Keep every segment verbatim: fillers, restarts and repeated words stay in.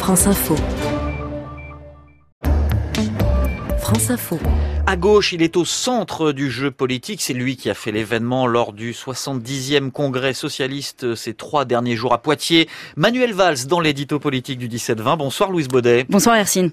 France Info. France Info. À gauche, il est au centre du jeu politique. C'est lui qui a fait l'événement lors du soixante-dixième congrès socialiste ces trois derniers jours à Poitiers. Manuel Valls dans l'édito politique du dix-sept vingt. Bonsoir Louise Baudet. Bonsoir Hercine.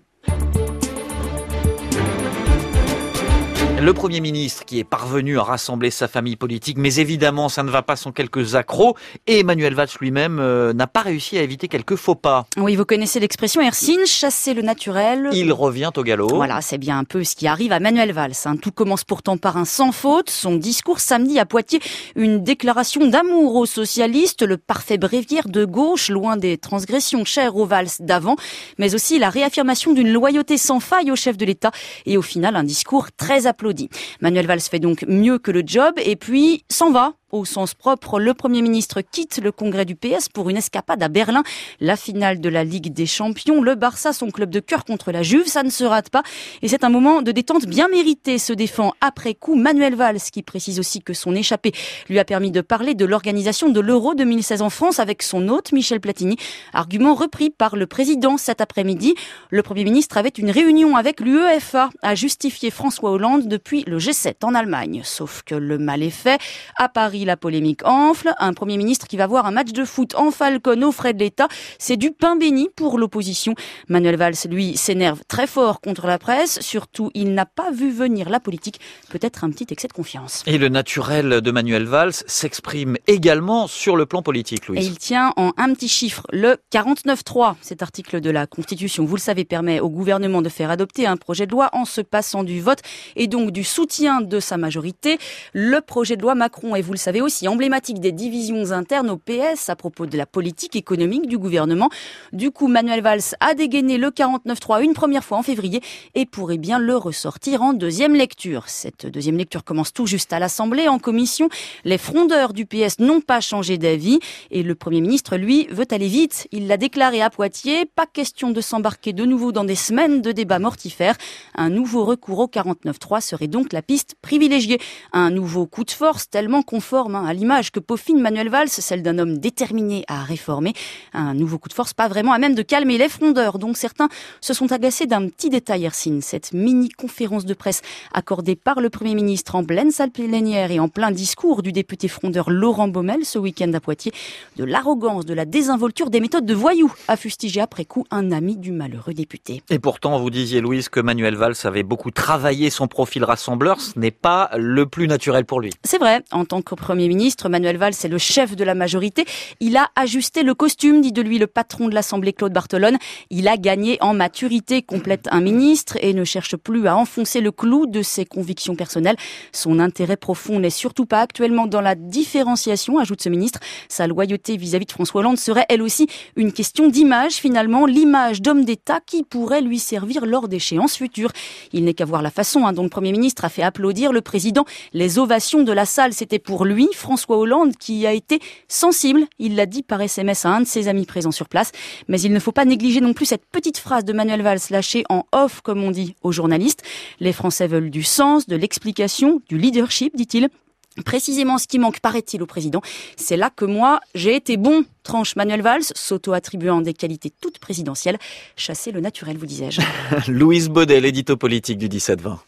Le Premier ministre qui est parvenu à rassembler sa famille politique, mais évidemment ça ne va pas sans quelques accros, et Manuel Valls lui-même euh, n'a pas réussi à éviter quelques faux pas. Oui, vous connaissez l'expression Hercine, chasser le naturel. Il revient au galop. Voilà, c'est bien un peu ce qui arrive à Manuel Valls. Hein. Tout commence pourtant par un sans faute. Son discours samedi à Poitiers, une déclaration d'amour aux socialistes, le parfait bréviaire de gauche, loin des transgressions chères aux Valls d'avant, mais aussi la réaffirmation d'une loyauté sans faille au chef de l'État, et au final un discours très applaudi. Manuel Valls fait donc mieux que le job et puis s'en va. Au sens propre, le Premier ministre quitte le congrès du P S pour une escapade à Berlin. La finale de la Ligue des Champions, le Barça, son club de cœur contre la Juve, ça ne se rate pas. Et c'est un moment de détente bien mérité, se défend après coup Manuel Valls, qui précise aussi que son échappée lui a permis de parler de l'organisation de l'Euro deux mille seize en France avec son hôte Michel Platini. Argument repris par le président cet après-midi. Le Premier ministre avait une réunion avec l'UEFA à justifier François Hollande depuis le G sept en Allemagne. Sauf que le mal est fait. À Paris, la polémique enfle. Un Premier ministre qui va voir un match de foot en Falcon aux frais de l'État, c'est du pain béni pour l'opposition. Manuel Valls, lui, s'énerve très fort contre la presse. Surtout, il n'a pas vu venir la politique. Peut-être un petit excès de confiance. Et le naturel de Manuel Valls s'exprime également sur le plan politique, Louise. Et il tient en un petit chiffre, le quarante-neuf trois. Cet article de la Constitution, vous le savez, permet au gouvernement de faire adopter un projet de loi en se passant du vote et donc du soutien de sa majorité. Le projet de loi Macron, et vous le savez aussi, emblématique des divisions internes au P S à propos de la politique économique du gouvernement. Du coup, Manuel Valls a dégainé le quarante-neuf trois une première fois en février et pourrait bien le ressortir en deuxième lecture. Cette deuxième lecture commence tout juste à l'Assemblée. En commission, les frondeurs du P S n'ont pas changé d'avis et le Premier ministre, lui, veut aller vite. Il l'a déclaré à Poitiers, pas question de s'embarquer de nouveau dans des semaines de débats mortifères. Un nouveau recours au quarante-neuf trois serait donc la piste privilégiée. Un nouveau coup de force tellement conforme à l'image que peaufine Manuel Valls, celle d'un homme déterminé à réformer. Un nouveau coup de force pas vraiment à même de calmer les frondeurs, dont certains se sont agacés d'un petit détail, Hercine. Cette mini-conférence de presse accordée par le Premier ministre en pleine salle plénière et en plein discours du député frondeur Laurent Baumel ce week-end à Poitiers, de l'arrogance, de la désinvolture, des méthodes de voyous, a fustigé après coup un ami du malheureux député. Et pourtant, vous disiez, Louise, que Manuel Valls avait beaucoup travaillé son profil rassembleur. Ce n'est pas le plus naturel pour lui. C'est vrai, en tant que Premier ministre, Manuel Valls est le chef de la majorité. Il a ajusté le costume, dit de lui le patron de l'Assemblée Claude Barthelone. Il a gagné en maturité, complète un ministre, et ne cherche plus à enfoncer le clou de ses convictions personnelles. Son intérêt profond n'est surtout pas actuellement dans la différenciation, ajoute ce ministre. Sa loyauté vis-à-vis de François Hollande serait elle aussi une question d'image, finalement, l'image d'homme d'État qui pourrait lui servir lors d'échéances futures. Il n'est qu'à voir la façon hein, dont le Premier ministre a fait applaudir le président. Les ovations de la salle, c'était pour lui, François Hollande, qui a été sensible. Il l'a dit par S M S à un de ses amis présents sur place. Mais il ne faut pas négliger non plus cette petite phrase de Manuel Valls lâchée en off, comme on dit aux journalistes. Les Français veulent du sens, de l'explication, du leadership, dit-il. Précisément ce qui manque, paraît-il, au président. C'est là que moi, j'ai été bon, tranche Manuel Valls, s'auto-attribuant des qualités toutes présidentielles. Chasser le naturel, vous disais-je. Louise Baudet, l'édito politique du dix-sept vingt.